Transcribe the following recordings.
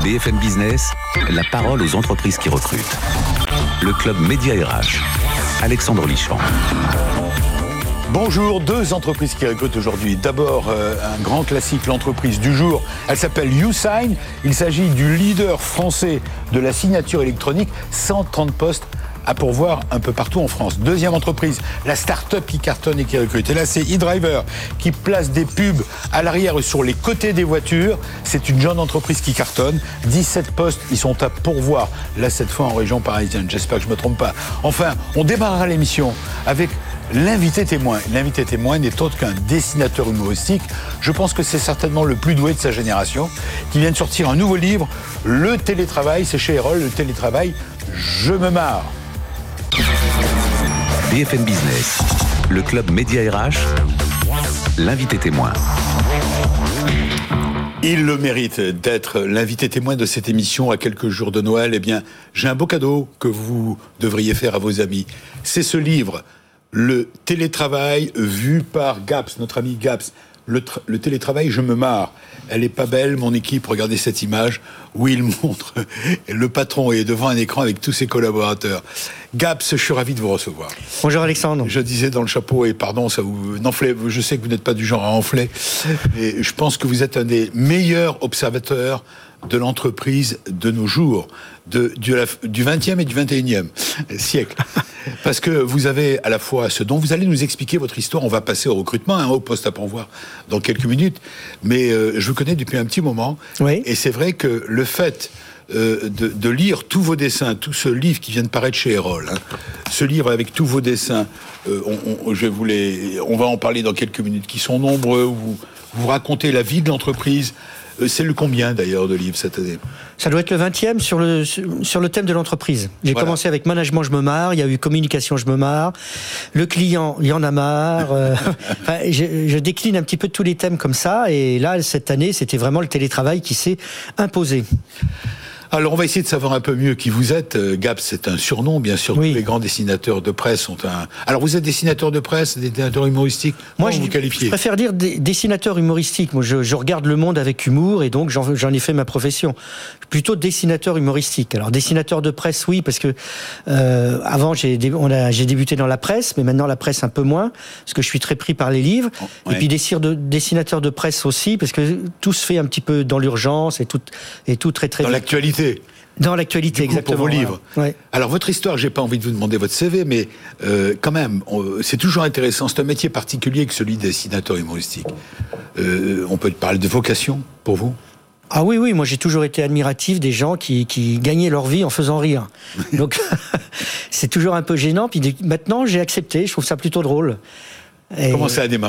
BFM Business, la parole aux entreprises qui recrutent. Le club Média RH, Alexandre Lichamp. Bonjour, deux entreprises qui recrutent aujourd'hui. D'abord, un grand classique, l'entreprise du jour. Elle s'appelle YouSign. Il s'agit du leader français de la signature électronique. 130 postes à pourvoir un peu partout en France. Deuxième entreprise, la start-up qui cartonne et qui recrute. Et là, c'est eDriver qui place des pubs à l'arrière et sur les côtés des voitures. C'est une jeune entreprise qui cartonne. 17 postes, ils sont à pourvoir. Là, cette fois en région parisienne. J'espère que je ne me trompe pas. Enfin, on démarrera l'émission avec l'invité témoin. L'invité témoin n'est autre qu'un dessinateur humoristique. Je pense que c'est certainement le plus doué de sa génération, qui vient de sortir un nouveau livre, Le télétravail. C'est chez Erol, Le télétravail, je me marre. BFM Business, le club Média RH, l'invité témoin. Il le mérite d'être l'invité témoin de cette émission à quelques jours de Noël. Eh bien, j'ai un beau cadeau que vous devriez faire à vos amis. C'est ce livre, Le télétravail vu par Gaps, notre ami Gaps. Le télétravail, je me marre. Elle est pas belle, mon équipe, regardez cette image où il montre le patron est devant un écran avec tous ses collaborateurs. Gaps, je suis ravi de vous recevoir. Bonjour Alexandre. Je disais dans le chapeau, et pardon, ça vous enflait, je sais que vous n'êtes pas du genre à enfler, mais je pense que vous êtes un des meilleurs observateurs de l'entreprise de nos jours, du 20e et du 21e siècle. Parce que vous avez à la fois ce dont vous allez nous expliquer votre histoire, on va passer au recrutement, au poste à pourvoir dans quelques minutes, mais je vous connais depuis un petit moment, oui. Et c'est vrai que le fait de lire tous vos dessins, tout ce livre qui vient de paraître chez Erol, ce livre avec tous vos dessins, on va en parler dans quelques minutes, qui sont nombreux, où vous racontez la vie de l'entreprise. C'est le combien d'ailleurs de livres cette année ? Ça doit être le 20e sur le thème de l'entreprise. J'ai commencé avec management, je me marre. Il y a eu communication, je me marre. Le client, il y en a marre. Je décline un petit peu tous les thèmes comme ça. Et là, cette année, c'était vraiment le télétravail qui s'est imposé. Alors, on va essayer de savoir un peu mieux qui vous êtes. Gaps, c'est un surnom, bien sûr. Oui. Tous les grands dessinateurs de presse sont un... Alors, vous êtes dessinateur de presse, dessinateur humoristique. Moi, vous qualifiez ? Je préfère dire dessinateur humoristique. Moi, je regarde le monde avec humour et donc j'en ai fait ma profession. Plutôt dessinateur humoristique. Alors, dessinateur de presse, oui, parce que avant, j'ai débuté dans la presse, mais maintenant la presse un peu moins, parce que je suis très pris par les livres. Ouais. Et puis dessinateur de presse aussi, parce que tout se fait un petit peu dans l'urgence et tout très très dans vite. L'actualité. Dans l'actualité, exactement. Pour vos livres. Voilà. Ouais. Alors, votre histoire, j'ai pas envie de vous demander votre CV, mais quand même, c'est toujours intéressant. C'est un métier particulier que celui de dessinateur humoristique. On peut parler de vocation pour vous ? Ah oui, moi j'ai toujours été admiratif des gens qui gagnaient leur vie en faisant rire. Donc, c'est toujours un peu gênant. Puis maintenant, j'ai accepté. Je trouve ça plutôt drôle. Comment ça a démarré ?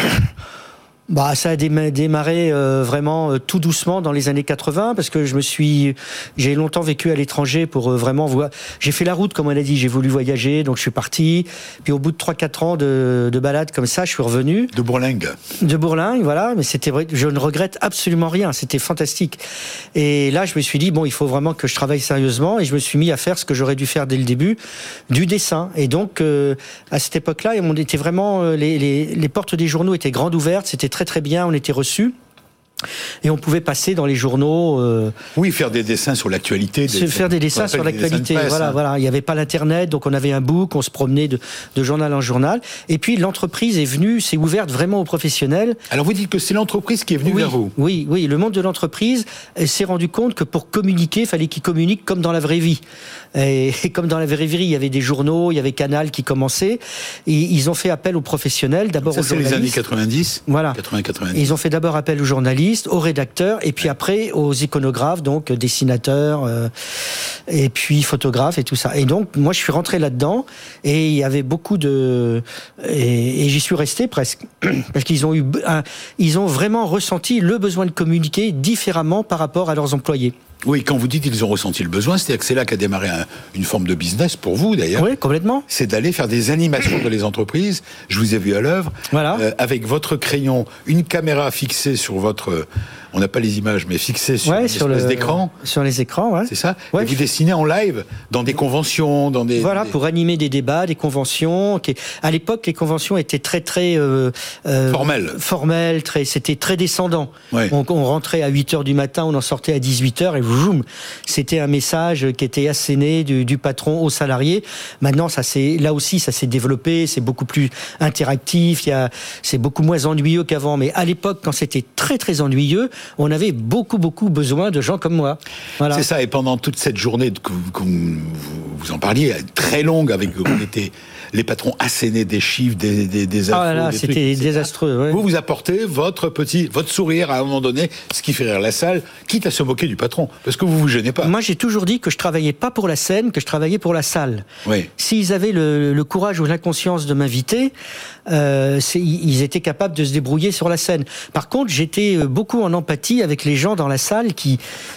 Ça a démarré vraiment tout doucement dans les années 80 parce que j'ai longtemps vécu à l'étranger pour vraiment voir. J'ai fait la route comme on a dit, j'ai voulu voyager, donc je suis parti. Puis au bout de 3-4 ans de balade comme ça, je suis revenu. De Bourlingue, voilà, mais c'était vrai, je ne regrette absolument rien, c'était fantastique. Et là, je me suis dit il faut vraiment que je travaille sérieusement et je me suis mis à faire ce que j'aurais dû faire dès le début, du dessin. Et donc à cette époque-là, on était vraiment les portes des journaux étaient grandes ouvertes, c'était très bien, on était reçus. Et on pouvait passer dans les journaux. Oui, faire des dessins sur l'actualité. Faire des dessins sur l'actualité. Voilà. Il n'y avait pas l'internet, donc on avait un book, on se promenait de journal en journal. Et puis l'entreprise s'est ouverte vraiment aux professionnels. Alors vous dites que c'est l'entreprise qui est venue vers vous. Oui. Le monde de l'entreprise s'est rendu compte que pour communiquer, il fallait qu'ils communiquent comme dans la vraie vie. Et comme dans la vraie vie, il y avait des journaux, il y avait Canal qui commençait. Et ils ont fait appel aux professionnels, d'abord aux journalistes. Ça, c'est les années 90. Voilà. 80-90. Ils ont fait d'abord appel aux journalistes, aux rédacteurs, et puis après aux iconographes, donc dessinateurs, et puis photographes et tout ça. Et donc moi je suis rentré là-dedans, et il y avait beaucoup et j'y suis resté presque, parce qu'ils ont vraiment ressenti le besoin de communiquer différemment par rapport à leurs employés. Oui, quand vous dites qu'ils ont ressenti le besoin, c'est-à-dire que c'est là qu'a démarré une forme de business pour vous d'ailleurs. Oui, complètement. C'est d'aller faire des animations dans les entreprises. Je vous ai vu à l'œuvre, voilà. Avec votre crayon, une caméra fixée sur votre on n'a pas les images, mais fixées sur une espèce d'écran. Sur les écrans, ouais. C'est ça. Ouais. Et vous dessinez en live dans des conventions, dans des. Voilà, pour animer des débats, des conventions. À l'époque, les conventions étaient très formelles, c'était très descendant. Ouais. On rentrait à 8h du matin, on en sortait à 18h et boum, c'était un message qui était asséné du patron aux salariés. Maintenant, là aussi, ça s'est développé, c'est beaucoup plus interactif, c'est beaucoup moins ennuyeux qu'avant. Mais à l'époque, quand c'était très très ennuyeux, on avait beaucoup besoin de gens comme moi. Voilà. C'est ça. Et pendant toute cette journée que vous en parliez, très longue, avec on était les patrons assénés des chiffres, des infos. Ah là, c'était désastreux. Ouais. Vous apportez votre sourire à un moment donné, ce qui fait rire la salle, quitte à se moquer du patron, parce que vous gênez pas. Moi, j'ai toujours dit que je travaillais pas pour la scène, que je travaillais pour la salle. Oui. S'ils avaient le courage ou l'inconscience de m'inviter, ils étaient capables de se débrouiller sur la scène. Par contre, j'étais beaucoup en empathie avec les gens dans la salle qui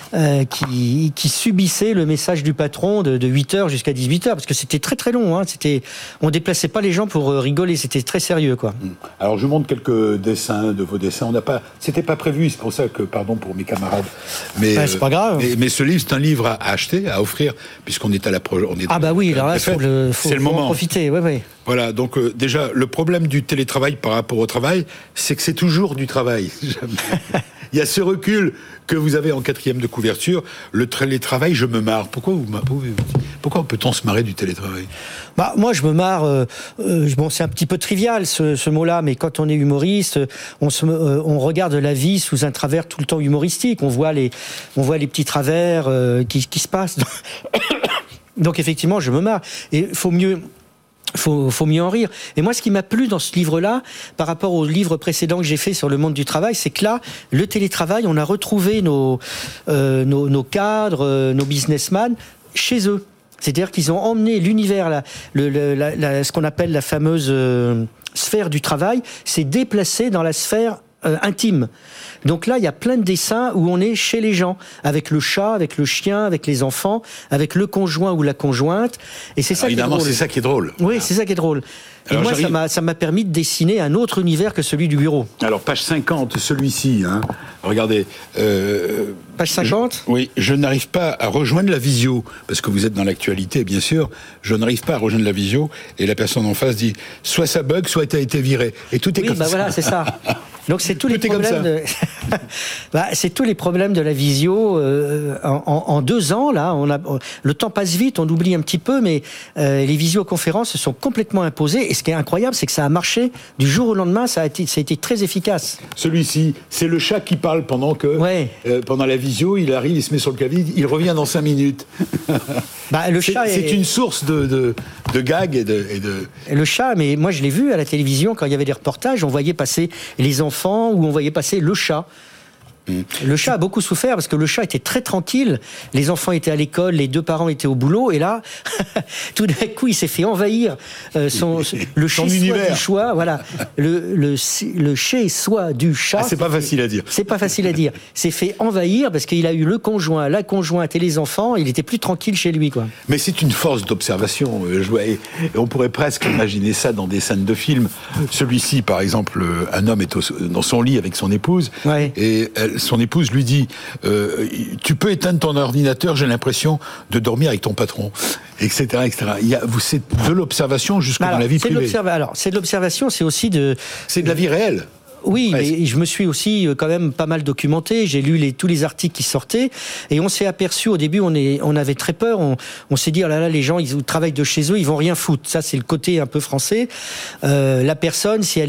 subissaient le message du patron de 8h jusqu'à 18h, parce que c'était très très long. On déplaçait pas les gens pour rigoler, c'était très sérieux, quoi. Alors, je vous montre quelques dessins de vos dessins. C'était pas prévu, c'est pour ça que, pardon pour mes camarades. Mais c'est pas grave. Mais ce livre, c'est un livre à acheter, à offrir, puisqu'on est à la Ah bah oui, alors là, c'est le moment. En profiter, ouais. Voilà, donc déjà, le problème du télétravail par rapport au travail, c'est que c'est toujours du travail. Il y a ce recul que vous avez en 4e de couverture, le télétravail, je me marre. Pourquoi peut-on se marrer du télétravail ? Moi, je me marre. C'est un petit peu trivial ce mot-là, mais quand on est humoriste, on regarde la vie sous un travers tout le temps humoristique. On voit les petits travers qui se passent. Donc effectivement, je me marre. Et faut mieux en rire. Et moi, ce qui m'a plu dans ce livre-là, par rapport au livre précédent que j'ai fait sur le monde du travail, c'est que là, le télétravail, on a retrouvé nos cadres, nos businessmen chez eux. C'est-à-dire qu'ils ont emmené l'univers, ce qu'on appelle la fameuse sphère du travail, s'est déplacé dans la sphère intime. Donc là, il y a plein de dessins où on est chez les gens, avec le chat, avec le chien, avec les enfants, avec le conjoint ou la conjointe. Et c'est ça qui est drôle. Évidemment, c'est ça qui est drôle. Oui, c'est ça qui est drôle. Et moi, ça m'a permis de dessiner un autre univers que celui du bureau. Alors, page 50, celui-ci, regardez. Page 50 ? Oui, je n'arrive pas à rejoindre la visio, parce que vous êtes dans l'actualité, bien sûr. Je n'arrive pas à rejoindre la visio, et la personne en face dit, soit ça bug, soit tu as été viré. Et tout est comme ça. Voilà, c'est ça. Donc c'est tous les problèmes c'est tous les problèmes de la visio en 2 ans là, le temps passe vite, on oublie un petit peu, mais les visioconférences se sont complètement imposées, et ce qui est incroyable, c'est que ça a marché du jour au lendemain, ça a été très efficace. Celui-ci, c'est le chat qui parle pendant la visio, il arrive, il se met sur le clavier, il revient dans 5 minutes. Le chat c'est une source de gags et de... Le chat, mais moi je l'ai vu à la télévision quand il y avait des reportages, on voyait passer les enfants ou on voyait passer le chat. Le chat a beaucoup souffert parce que le chat était très tranquille, les enfants étaient à l'école, les 2 parents étaient au boulot, et là, tout d'un coup, il s'est fait envahir le chez-soi du choix, voilà, le chez-soi du chat. C'est pas facile à dire. C'est pas facile à dire. C'est fait envahir parce qu'il a eu le conjoint, la conjointe et les enfants, il était plus tranquille chez lui, quoi. Mais c'est une force d'observation. On pourrait presque imaginer ça dans des scènes de films. Celui-ci, par exemple, un homme est dans son lit avec son épouse, et son épouse lui dit tu peux éteindre ton ordinateur, j'ai l'impression de dormir avec ton patron, etc. C'est de l'observation jusque dans la vie privée. C'est de l'observation, c'est aussi c'est de la vie réelle. Oui, mais je me suis aussi quand même pas mal documenté. J'ai lu tous les articles qui sortaient, et on s'est aperçu au début, on avait très peur. On s'est dit, oh là là, les gens, ils travaillent de chez eux, ils vont rien foutre. Ça, c'est le côté un peu français. La personne, si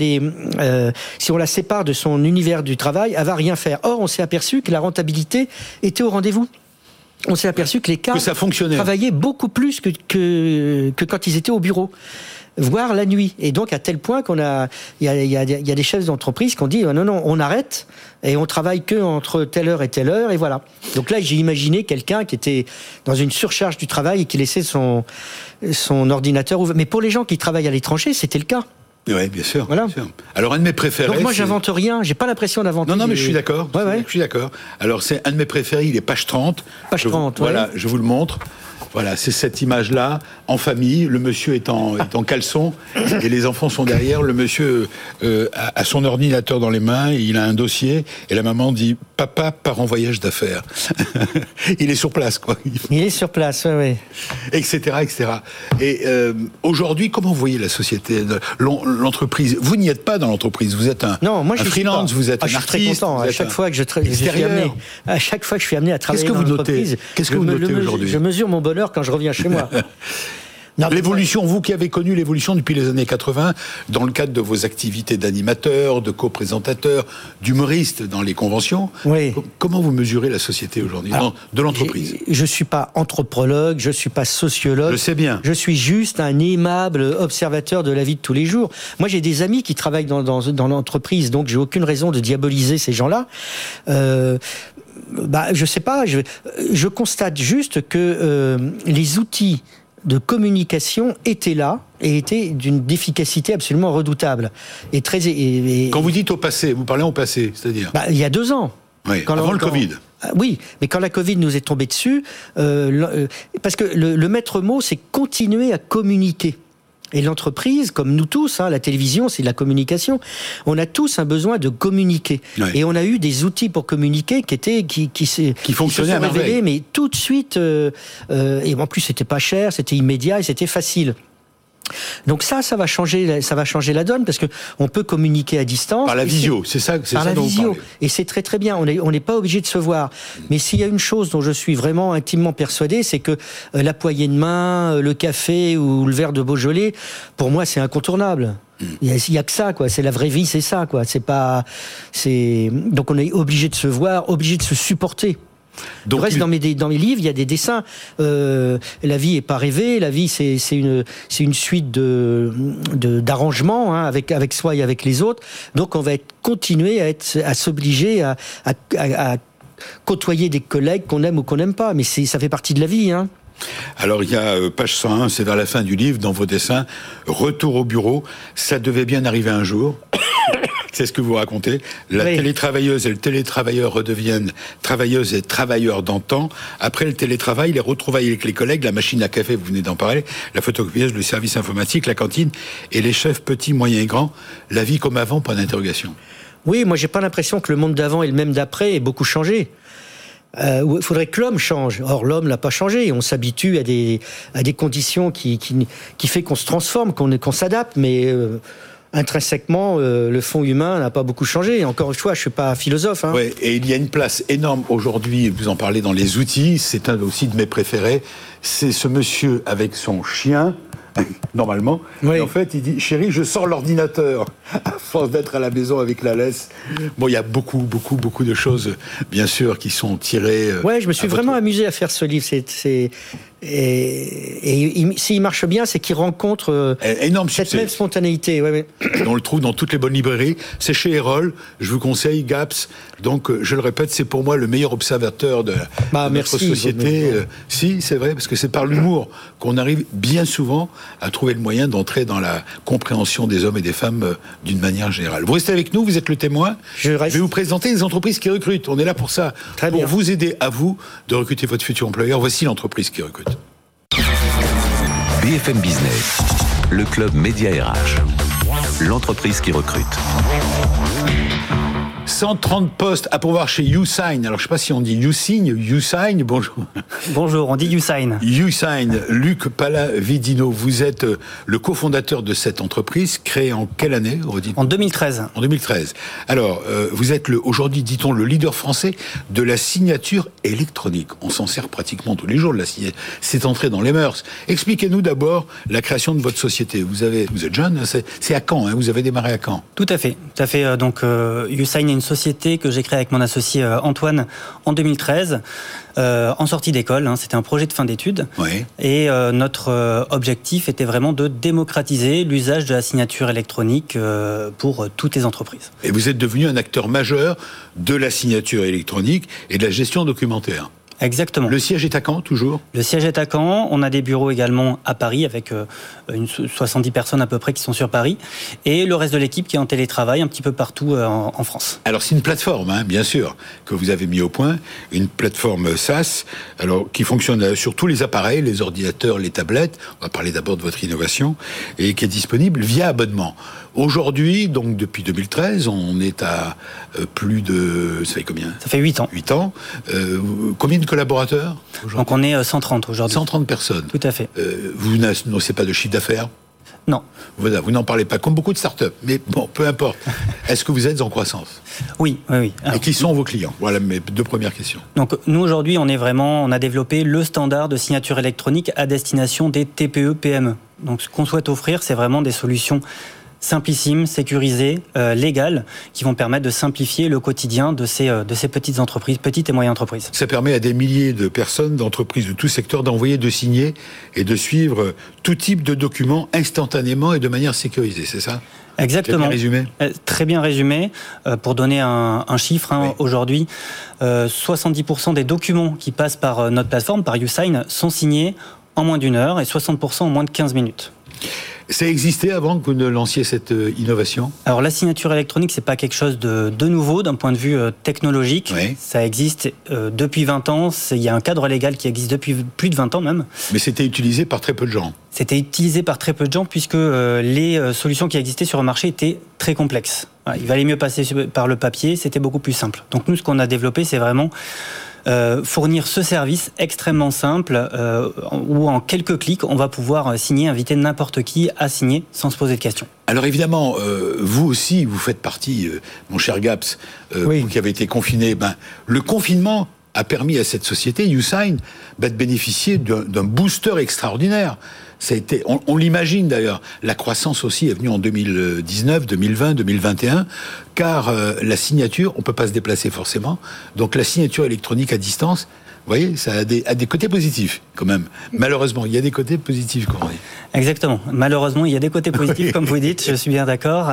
on la sépare de son univers du travail, elle va rien faire. Or, on s'est aperçu que la rentabilité était au rendez-vous. On s'est aperçu que les cadres travaillaient beaucoup plus que quand ils étaient au bureau, voire la nuit. Et donc, à tel point il y a des chefs d'entreprise qui ont dit non, on arrête et on travaille que entre telle heure, et voilà. Donc là, j'ai imaginé quelqu'un qui était dans une surcharge du travail et qui laissait son ordinateur ouvert. Mais pour les gens qui travaillent à l'étranger, c'était le cas. Oui, bien sûr. Voilà. Bien sûr. Alors, un de mes préférés. Donc moi, j'invente rien. J'ai pas l'impression d'inventer. Non, mais je suis d'accord. Ouais. Je suis d'accord. Alors, c'est un de mes préférés. Il est page 30. Page 30. Voilà, je vous le montre. Voilà, c'est cette image-là, en famille. Le monsieur est en caleçon et les enfants sont derrière. Le monsieur a son ordinateur dans les mains, il a un dossier et la maman dit « Papa part en voyage d'affaires ». Il est sur place, quoi. Il est sur place, oui. Etc., etc. Et aujourd'hui, comment vous voyez la société, l'entreprise ? Vous n'y êtes pas dans l'entreprise, vous êtes un freelance, vous êtes un artiste. Je suis très content. À chaque fois que je suis amené à travailler dans l'entreprise. Qu'est-ce que vous notez aujourd'hui ? Je mesure mon bonheur quand je reviens chez moi. L'évolution, vous qui avez connu l'évolution depuis les années 80, dans le cadre de vos activités d'animateur, de co-présentateur, d'humoriste dans les conventions, comment vous mesurez la société aujourd'hui, de l'entreprise ? Je ne suis pas anthropologue, je ne suis pas sociologue. Je sais bien. Je suis juste un aimable observateur de la vie de tous les jours. Moi, j'ai des amis qui travaillent dans l'entreprise, donc j'ai aucune raison de diaboliser ces gens-là. Je sais pas, je constate juste que les outils de communication étaient là et étaient d'une efficacité absolument redoutable. Quand vous dites au passé, vous parlez au passé, c'est-à-dire il y a 2 ans. Oui, avant le Covid. Oui, mais quand la Covid nous est tombée dessus, parce que le maître mot, c'est continuer à communiquer. Et l'entreprise, comme nous tous, la télévision, c'est de la communication. On a tous un besoin de communiquer. Ouais. Et on a eu des outils pour communiquer qui fonctionnaient à merveille. Mais tout de suite, et en plus, c'était pas cher, c'était immédiat et c'était facile. Donc ça va changer la donne parce que on peut communiquer à distance. Par la visio, c'est ça dont vous parlez. Et c'est très très bien. On n'est pas obligé de se voir. Mais s'il y a une chose dont je suis vraiment intimement persuadé, c'est que la poignée de main, le café ou le verre de Beaujolais, pour moi, c'est incontournable. Il y a que ça, quoi. C'est la vraie vie, c'est ça, quoi. Donc on est obligé de se voir, obligé de se supporter. Donc, reste dans mes livres, il y a des dessins. La vie est pas rêvée. La vie, c'est une suite d'arrangements avec soi et avec les autres. Donc, on va continuer à s'obliger à côtoyer des collègues qu'on aime ou qu'on n'aime pas. Mais ça fait partie de la vie. Alors, il y a page 101, c'est vers la fin du livre, dans vos dessins, retour au bureau. Ça devait bien arriver un jour. C'est ce que vous racontez. La télétravailleuse et le télétravailleur redeviennent travailleuses et travailleurs d'antan. Après le télétravail, les retrouvailles avec les collègues, la machine à café, vous venez d'en parler, la photocopieuse, le service informatique, la cantine, et les chefs petits, moyens et grands. La vie comme avant, point d'interrogation. Oui, moi j'ai pas l'impression que le monde d'avant et le même d'après ait beaucoup changé. Il faudrait que l'homme change. Or, l'homme n'a pas changé. On s'habitue à des conditions qui fait qu'on se transforme, qu'on s'adapte, mais intrinsèquement, le fond humain n'a pas beaucoup changé. Encore une fois, je suis pas philosophe. Oui, et il y a une place énorme aujourd'hui, vous en parlez dans les outils, c'est un aussi de mes préférés, c'est ce monsieur avec son chien, normalement, et en fait, il dit « Chérie, je sors l'ordinateur », à force d'être à la maison avec la laisse. Bon, il y a beaucoup de choses, bien sûr, qui sont tirées... Ouais, je me suis vraiment amusé à faire ce livre, Et s'il marche bien, c'est qu'il rencontre cette même spontanéité. On le trouve dans toutes les bonnes librairies. C'est chez Erol. Je vous conseille Gaps. Donc, je le répète, c'est pour moi le meilleur observateur de notre société. Si, c'est vrai, parce que c'est par l'humour qu'on arrive bien souvent à trouver le moyen d'entrer dans la compréhension des hommes et des femmes d'une manière générale. Vous restez avec nous, vous êtes le témoin. Je vais vous présenter les entreprises qui recrutent. On est là pour ça. Très bien. Pour vous aider à vous de recruter votre futur employeur. Voici l'entreprise qui recrute. BFM Business, le club Média RH, l'entreprise qui recrute. 130 postes à pourvoir chez YouSign. Alors, je ne sais pas si on dit YouSign, bonjour. Bonjour, on dit YouSign. YouSign, Luc Palavidino, vous êtes le cofondateur de cette entreprise, créée en quelle année ? En 2013. En 2013. Alors, vous êtes aujourd'hui, dit-on, le leader français de la signature électronique. On s'en sert pratiquement tous les jours de la signature. C'est entré dans les mœurs. Expliquez-nous d'abord la création de votre société. Vous êtes jeune, c'est à Caen, vous avez démarré à Caen. Tout à fait. Donc, YouSign est une société que j'ai créée avec mon associé Antoine en 2013, en sortie d'école. C'était un projet de fin d'études. Oui. Et notre objectif était vraiment de démocratiser l'usage de la signature électronique pour toutes les entreprises. Et vous êtes devenu un acteur majeur de la signature électronique et de la gestion documentaire. Exactement. Le siège est à Caen, toujours ? Le siège est à Caen. On a des bureaux également à Paris, avec 70 personnes à peu près qui sont sur Paris. Et le reste de l'équipe qui est en télétravail un petit peu partout en France. Alors, c'est une plateforme, bien sûr, que vous avez mis au point. Une plateforme SaaS, alors, qui fonctionne sur tous les appareils, les ordinateurs, les tablettes. On va parler d'abord de votre innovation. Et qui est disponible via abonnement. Aujourd'hui, donc depuis 2013, on est à plus de... Ça fait combien ? Ça fait 8 ans. 8 ans. Combien de collaborateurs aujourd'hui ? Donc on est 130 aujourd'hui. 130 personnes. Tout à fait. Vous n'annoncez pas de chiffre d'affaires ? Non. Voilà, vous n'en parlez pas, comme beaucoup de startups. Mais bon, peu importe. Est-ce que vous êtes en croissance ? Oui. Alors, et qui sont vos clients ? Voilà mes 2 premières questions. Donc nous aujourd'hui, on a développé le standard de signature électronique à destination des TPE-PME. Donc ce qu'on souhaite offrir, c'est vraiment des solutions simplissimes, sécurisées, légales, qui vont permettre de simplifier le quotidien de ces petites entreprises, petites et moyennes entreprises. Ça permet à des milliers de personnes, d'entreprises de tout secteur, d'envoyer, de signer et de suivre tout type de documents instantanément et de manière sécurisée, c'est ça ? Exactement. Bien résumé. Très bien résumé. Pour donner un chiffre, Oui. Aujourd'hui, 70% des documents qui passent par notre plateforme, par YouSign, sont signés en moins d'1 heure et 60% en moins de 15 minutes. Ça existait avant que vous ne lanciez cette innovation ? Alors la signature électronique, c'est pas quelque chose de nouveau d'un point de vue technologique. Oui. Ça existe depuis 20 ans. Il y a un cadre légal qui existe depuis plus de 20 ans même. Mais c'était utilisé par très peu de gens. C'était utilisé par très peu de gens puisque les solutions qui existaient sur le marché étaient très complexes. Voilà, il valait mieux passer par le papier, c'était beaucoup plus simple. Donc nous, ce qu'on a développé, c'est vraiment fournir ce service extrêmement simple où en quelques clics, on va pouvoir signer, inviter n'importe qui à signer sans se poser de questions. Alors évidemment, vous aussi, vous faites partie, mon cher Gaps, Oui. vous qui avez été confiné. Le confinement a permis à cette société, YouSign, de bénéficier d'un booster extraordinaire. Ça a été, on l'imagine d'ailleurs, la croissance aussi est venue en 2019, 2020, 2021, car la signature, on peut pas se déplacer forcément, donc la signature électronique à distance, vous voyez, ça a des côtés positifs quand même. Malheureusement, il y a des côtés positifs, comme on dit. Exactement. Malheureusement, il y a des côtés positifs, comme vous dites, je suis bien d'accord.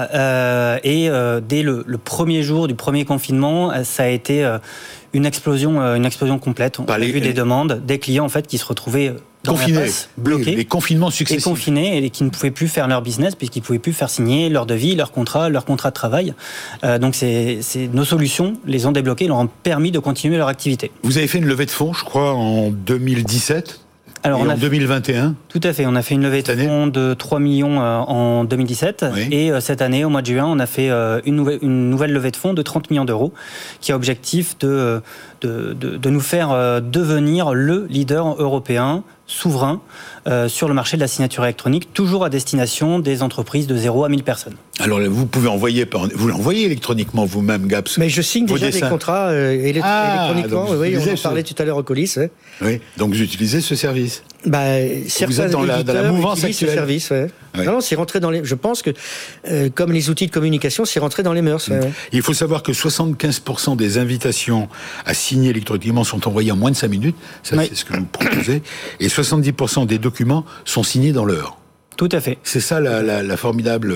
Dès le premier jour du premier confinement, ça a été une explosion complète. On a vu des demandes, des clients en fait qui se retrouvaient confinés, bloqués, les confinements successifs, et confinés et qui ne pouvaient plus faire leur business puisqu'ils ne pouvaient plus faire signer leur devis, leur contrat de travail. Donc nos solutions les ont débloqués, leur ont permis de continuer leur activité. Vous avez fait une levée de fonds, je crois, en 2017. Alors, en 2021. Tout à fait, on a fait une levée de fonds de 3 millions en 2017 oui. Et cette année, au mois de juin, on a fait une nouvelle levée de fonds de 30 millions d'euros qui a objectif de nous faire devenir le leader européen souverain sur le marché de la signature électronique, toujours à destination des entreprises de 0 à 1000 personnes. Alors, vous pouvez vous l'envoyez électroniquement vous-même, Gaps. Mais je signe déjà des contrats électroniquement. Oui, on en parlait tout à l'heure au Colis. Ouais. Oui, donc vous utilisez ce service. Vous êtes dans la mouvance actuelle. Ce service, ouais. Ouais. Non, c'est rentré dans les. Je pense que, comme les outils de communication, c'est rentré dans les mœurs. Ouais. Il faut savoir que 75% des invitations à signer électroniquement sont envoyées en moins de 5 minutes. Ça, oui. C'est ce que vous proposez. Et 70% des documents sont signés dans l'heure. Tout à fait. C'est ça la formidable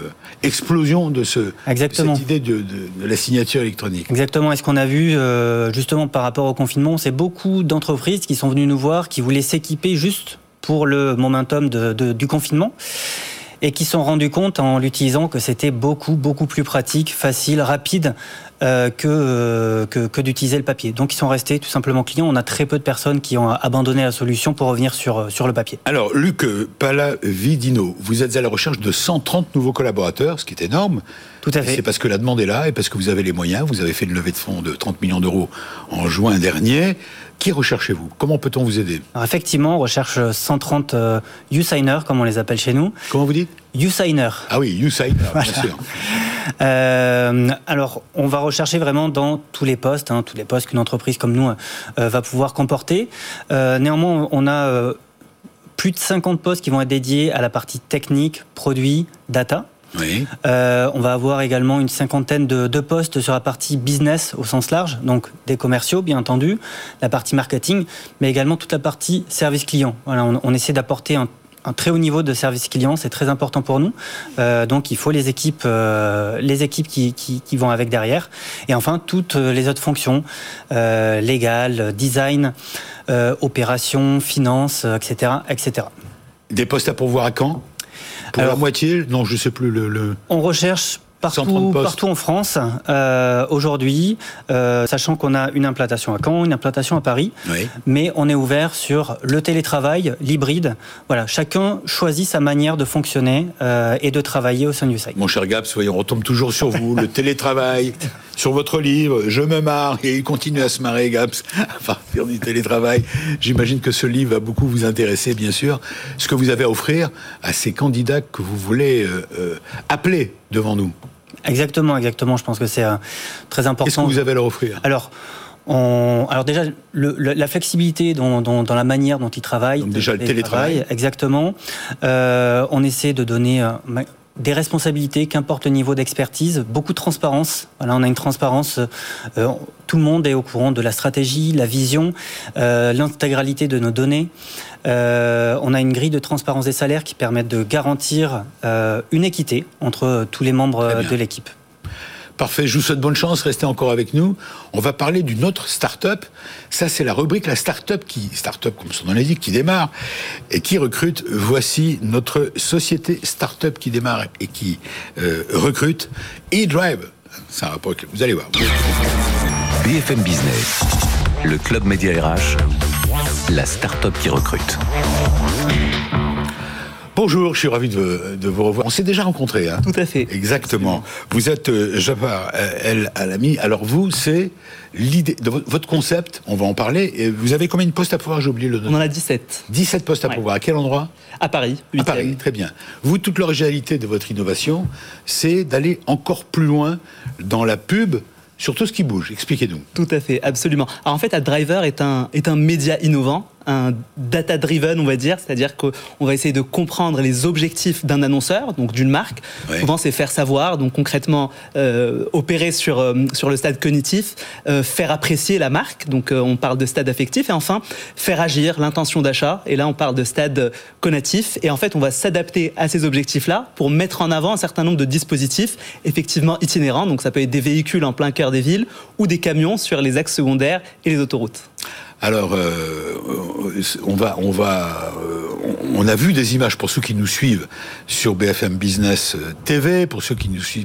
explosion de cette idée de la signature électronique. Exactement. Et ce qu'on a vu justement par rapport au confinement, c'est beaucoup d'entreprises qui sont venues nous voir, qui voulaient s'équiper juste pour le momentum du confinement et qui se sont rendus compte en l'utilisant que c'était beaucoup plus pratique, facile, rapide que d'utiliser le papier. Donc ils sont restés tout simplement clients. On a très peu de personnes qui ont abandonné la solution pour revenir sur le papier. Alors Luc Palavidino, vous êtes à la recherche de 130 nouveaux collaborateurs, ce qui est énorme. Tout à fait. C'est parce que la demande est là et parce que vous avez les moyens. Vous avez fait une levée de fonds de 30 millions d'euros en juin dernier. Qui recherchez-vous ? Comment peut-on vous aider ? Alors effectivement, on recherche 130 YouSigners, comme on les appelle chez nous. Comment vous dites ? YouSigner. Ah oui, YouSigner, voilà. Bien sûr. Alors, on va rechercher vraiment dans tous les postes qu'une entreprise comme nous va pouvoir comporter. Néanmoins, on a plus de 50 postes qui vont être dédiés à la partie technique, produit, data. Oui. On va avoir également une cinquantaine de postes sur la partie business au sens large, donc des commerciaux bien entendu, la partie marketing, mais également toute la partie service client. Voilà, on essaie d'apporter un très haut niveau de service client, c'est très important pour nous. Donc il faut les équipes qui vont avec derrière. Et enfin, toutes les autres fonctions, légales, design, opérations, finances, etc., etc. Des postes à pourvoir à quand ? Pour la moitié ? Non, je ne sais plus. On recherche partout en France aujourd'hui, sachant qu'on a une implantation à Caen, une implantation à Paris, oui. Mais on est ouvert sur le télétravail, l'hybride. Voilà, chacun choisit sa manière de fonctionner et de travailler au sein du site. Mon cher Gaps, on retombe toujours sur vous, le télétravail, sur votre livre, je me marre, et il continue à se marrer, Gaps, à partir du télétravail. J'imagine que ce livre va beaucoup vous intéresser, bien sûr. Ce que vous avez à offrir à ces candidats que vous voulez appeler devant nous. Exactement. Je pense que c'est très important. Qu'est-ce que vous avez à leur offrir ? Alors déjà, la flexibilité dans la manière dont ils travaillent. Donc déjà le télétravail. Exactement. On essaie de donner des responsabilités, qu'importe le niveau d'expertise, beaucoup de transparence. Voilà, on a une transparence, tout le monde est au courant de la stratégie, la vision, l'intégralité de nos données. On a une grille de transparence des salaires qui permettent de garantir une équité entre tous les membres de l'équipe. Parfait, je vous souhaite bonne chance, restez encore avec nous. On va parler d'une autre start-up. Ça, c'est la rubrique, la start-up comme son nom l'indique, qui démarre et qui recrute. Voici notre société start-up qui démarre et qui recrute. eDrive, c'est un rapport que vous allez voir. BFM Business, le club média RH, la start-up qui recrute. Bonjour, je suis ravi de vous revoir. On s'est déjà rencontrés, hein ? Tout à fait. Exactement. Vous êtes Jafar El Alami. Alors vous, c'est l'idée de votre concept, on va en parler. Et vous avez combien de postes à pourvoir ? J'ai oublié le nom. On en a 17. 17 postes à pourvoir. À quel endroit ? À Paris. 8e. À Paris, très bien. Vous, toute l'originalité de votre innovation, c'est d'aller encore plus loin dans la pub, sur tout ce qui bouge. Expliquez-nous. Tout à fait, absolument. Alors en fait, AdDriver est un média innovant, un data-driven, on va dire, c'est-à-dire qu'on va essayer de comprendre les objectifs d'un annonceur, donc d'une marque. Ouais. Souvent, c'est faire savoir, donc concrètement, opérer sur le stade cognitif, faire apprécier la marque, donc on parle de stade affectif, et enfin, faire agir l'intention d'achat, et là, on parle de stade conatif, et en fait, on va s'adapter à ces objectifs-là pour mettre en avant un certain nombre de dispositifs, effectivement itinérants, donc ça peut être des véhicules en plein cœur des villes, ou des camions sur les axes secondaires et les autoroutes. Alors, on a vu des images pour ceux qui nous suivent sur BFM Business TV, pour ceux qui nous suivent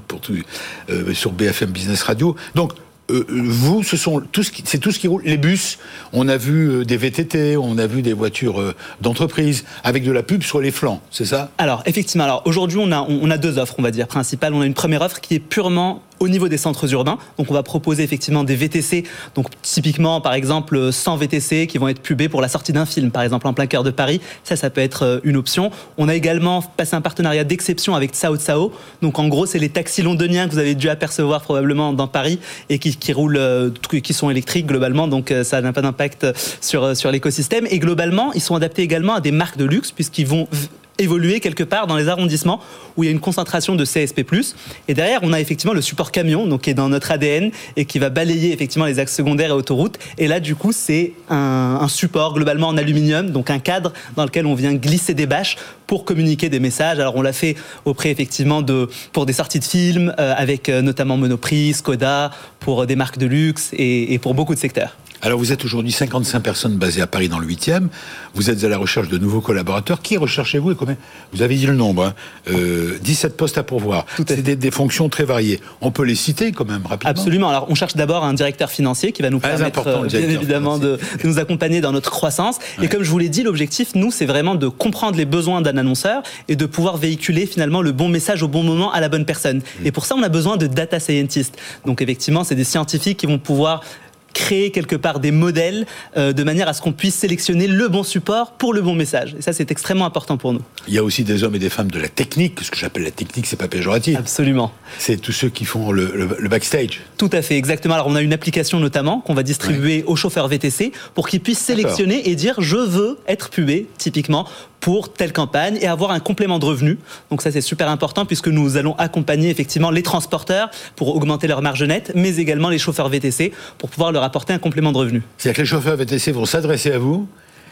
sur BFM Business Radio. Donc, vous, c'est tout ce qui roule. Les bus, on a vu des VTT, on a vu des voitures d'entreprise avec de la pub sur les flancs, c'est ça ? Alors, effectivement. Alors, aujourd'hui, on a deux offres, on va dire, principales. On a une première offre qui est purement au niveau des centres urbains. Donc, on va proposer effectivement des VTC. Donc, typiquement, par exemple, 100 VTC qui vont être pubés pour la sortie d'un film, par exemple, en plein cœur de Paris. Ça peut être une option. On a également passé un partenariat d'exception avec Tsao Tsao. Donc, en gros, c'est les taxis londoniens que vous avez dû apercevoir probablement dans Paris et qui roulent, qui sont électriques globalement. Donc, ça n'a pas d'impact sur l'écosystème. Et globalement, ils sont adaptés également à des marques de luxe puisqu'ils vont évoluer quelque part dans les arrondissements où il y a une concentration de CSP+. Et derrière, on a effectivement le support camion, donc qui est dans notre ADN et qui va balayer effectivement les axes secondaires et autoroutes. Et là, du coup, c'est un support globalement en aluminium, donc un cadre dans lequel on vient glisser des bâches pour communiquer des messages. Alors, on l'a fait auprès effectivement pour des sorties de films, avec notamment Monoprix, Skoda, pour des marques de luxe et pour beaucoup de secteurs. Alors, vous êtes aujourd'hui 55 personnes basées à Paris dans le 8e. Vous êtes à la recherche de nouveaux collaborateurs. Qui recherchez-vous et combien ? Vous avez dit le nombre, 17 postes à pourvoir. C'est des fonctions très variées. On peut les citer quand même rapidement. Absolument. Alors, on cherche d'abord un directeur financier qui va nous permettre, bien évidemment, de nous accompagner dans notre croissance. Ouais. Et comme je vous l'ai dit, l'objectif, nous, c'est vraiment de comprendre les besoins d'un annonceur et de pouvoir véhiculer finalement le bon message au bon moment à la bonne personne. Et pour ça, on a besoin de data scientists. Donc, effectivement, c'est des scientifiques qui vont pouvoir créer quelque part des modèles de manière à ce qu'on puisse sélectionner le bon support pour le bon message. Et ça, c'est extrêmement important pour nous. Il y a aussi des hommes et des femmes de la technique. Ce que j'appelle la technique, c'est pas péjoratif. Absolument. C'est tous ceux qui font le backstage. Tout à fait, exactement. Alors, on a une application notamment qu'on va distribuer aux chauffeurs VTC pour qu'ils puissent sélectionner et dire « je veux être pubé », typiquement, pour telle campagne et avoir un complément de revenus. Donc ça, c'est super important puisque nous allons accompagner effectivement les transporteurs pour augmenter leur marge nette, mais également les chauffeurs VTC pour pouvoir leur apporter un complément de revenus. C'est-à-dire que les chauffeurs VTC vont s'adresser à vous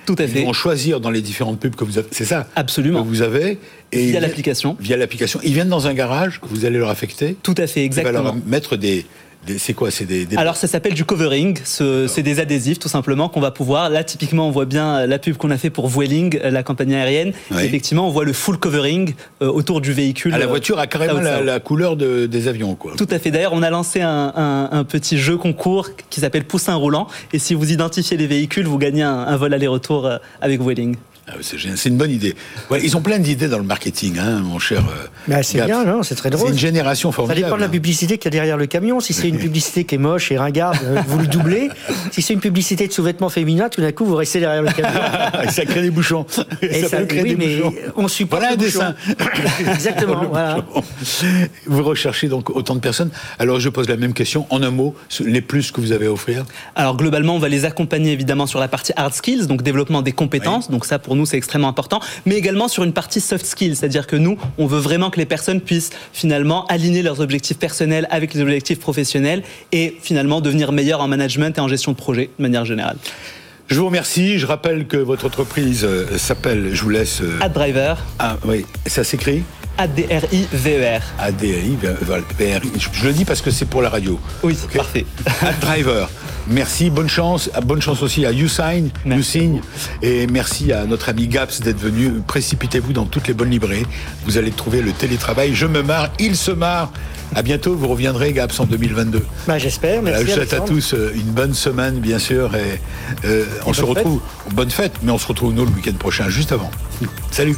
Tout à fait. Ils vont choisir dans les différentes pubs que vous avez. C'est ça. Absolument. Que vous avez. Et via l'application. Via l'application. Ils viennent dans un garage que vous allez leur affecter. Tout à fait, exactement. Vous allez leur mettre c'est quoi? Alors ça s'appelle du covering, c'est des adhésifs tout simplement qu'on va pouvoir, là typiquement on voit bien la pub qu'on a fait pour Vueling, la compagnie aérienne, effectivement on voit le full covering autour du véhicule. La voiture a carrément la couleur des avions, quoi. Tout à fait, d'ailleurs on a lancé un petit jeu concours qui s'appelle Poussin roulant, et si vous identifiez les véhicules, vous gagnez un vol aller-retour avec Vueling. C'est une bonne idée. Ouais, ils ont plein d'idées dans le marketing, mon cher. C'est bien, non, c'est très drôle. C'est une génération formidable. Ça dépend de la publicité qu'il y a derrière le camion. Si c'est une publicité qui est moche et ringarde, vous le doublez. Si c'est une publicité de sous-vêtements féminins, tout d'un coup, vous restez derrière le camion. Ça crée des bouchons. On supporte voilà un dessin. Exactement. Voilà. Vous recherchez donc autant de personnes. Alors, je pose la même question. En un mot, les plus que vous avez à offrir? Alors, globalement, on va les accompagner évidemment sur la partie hard skills, donc développement des compétences. Donc ça, pour nous, c'est extrêmement important, mais également sur une partie soft skills, c'est-à-dire que nous, on veut vraiment que les personnes puissent finalement aligner leurs objectifs personnels avec les objectifs professionnels et finalement devenir meilleurs en management et en gestion de projet de manière générale. Je vous remercie. Je rappelle que votre entreprise s'appelle, je vous laisse... AdDriver. Ah oui, ça s'écrit AdDriver. AdDriver. Je le dis parce que c'est pour la radio. Oui, okay. Parfait. AdDriver. Merci, bonne chance aussi à YouSign, et merci à notre ami Gaps d'être venu. Précipitez-vous dans toutes les bonnes librairies. Vous allez trouver le télétravail. Je me marre, il se marre. À bientôt, vous reviendrez Gaps en 2022. J'espère, merci. Je souhaite à tous une bonne semaine, bien sûr, et on se retrouve. Bonne fête, mais on se retrouve nous le week-end prochain, juste avant. Salut.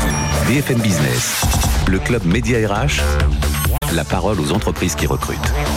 BFM Business, le club Média RH, la parole aux entreprises qui recrutent.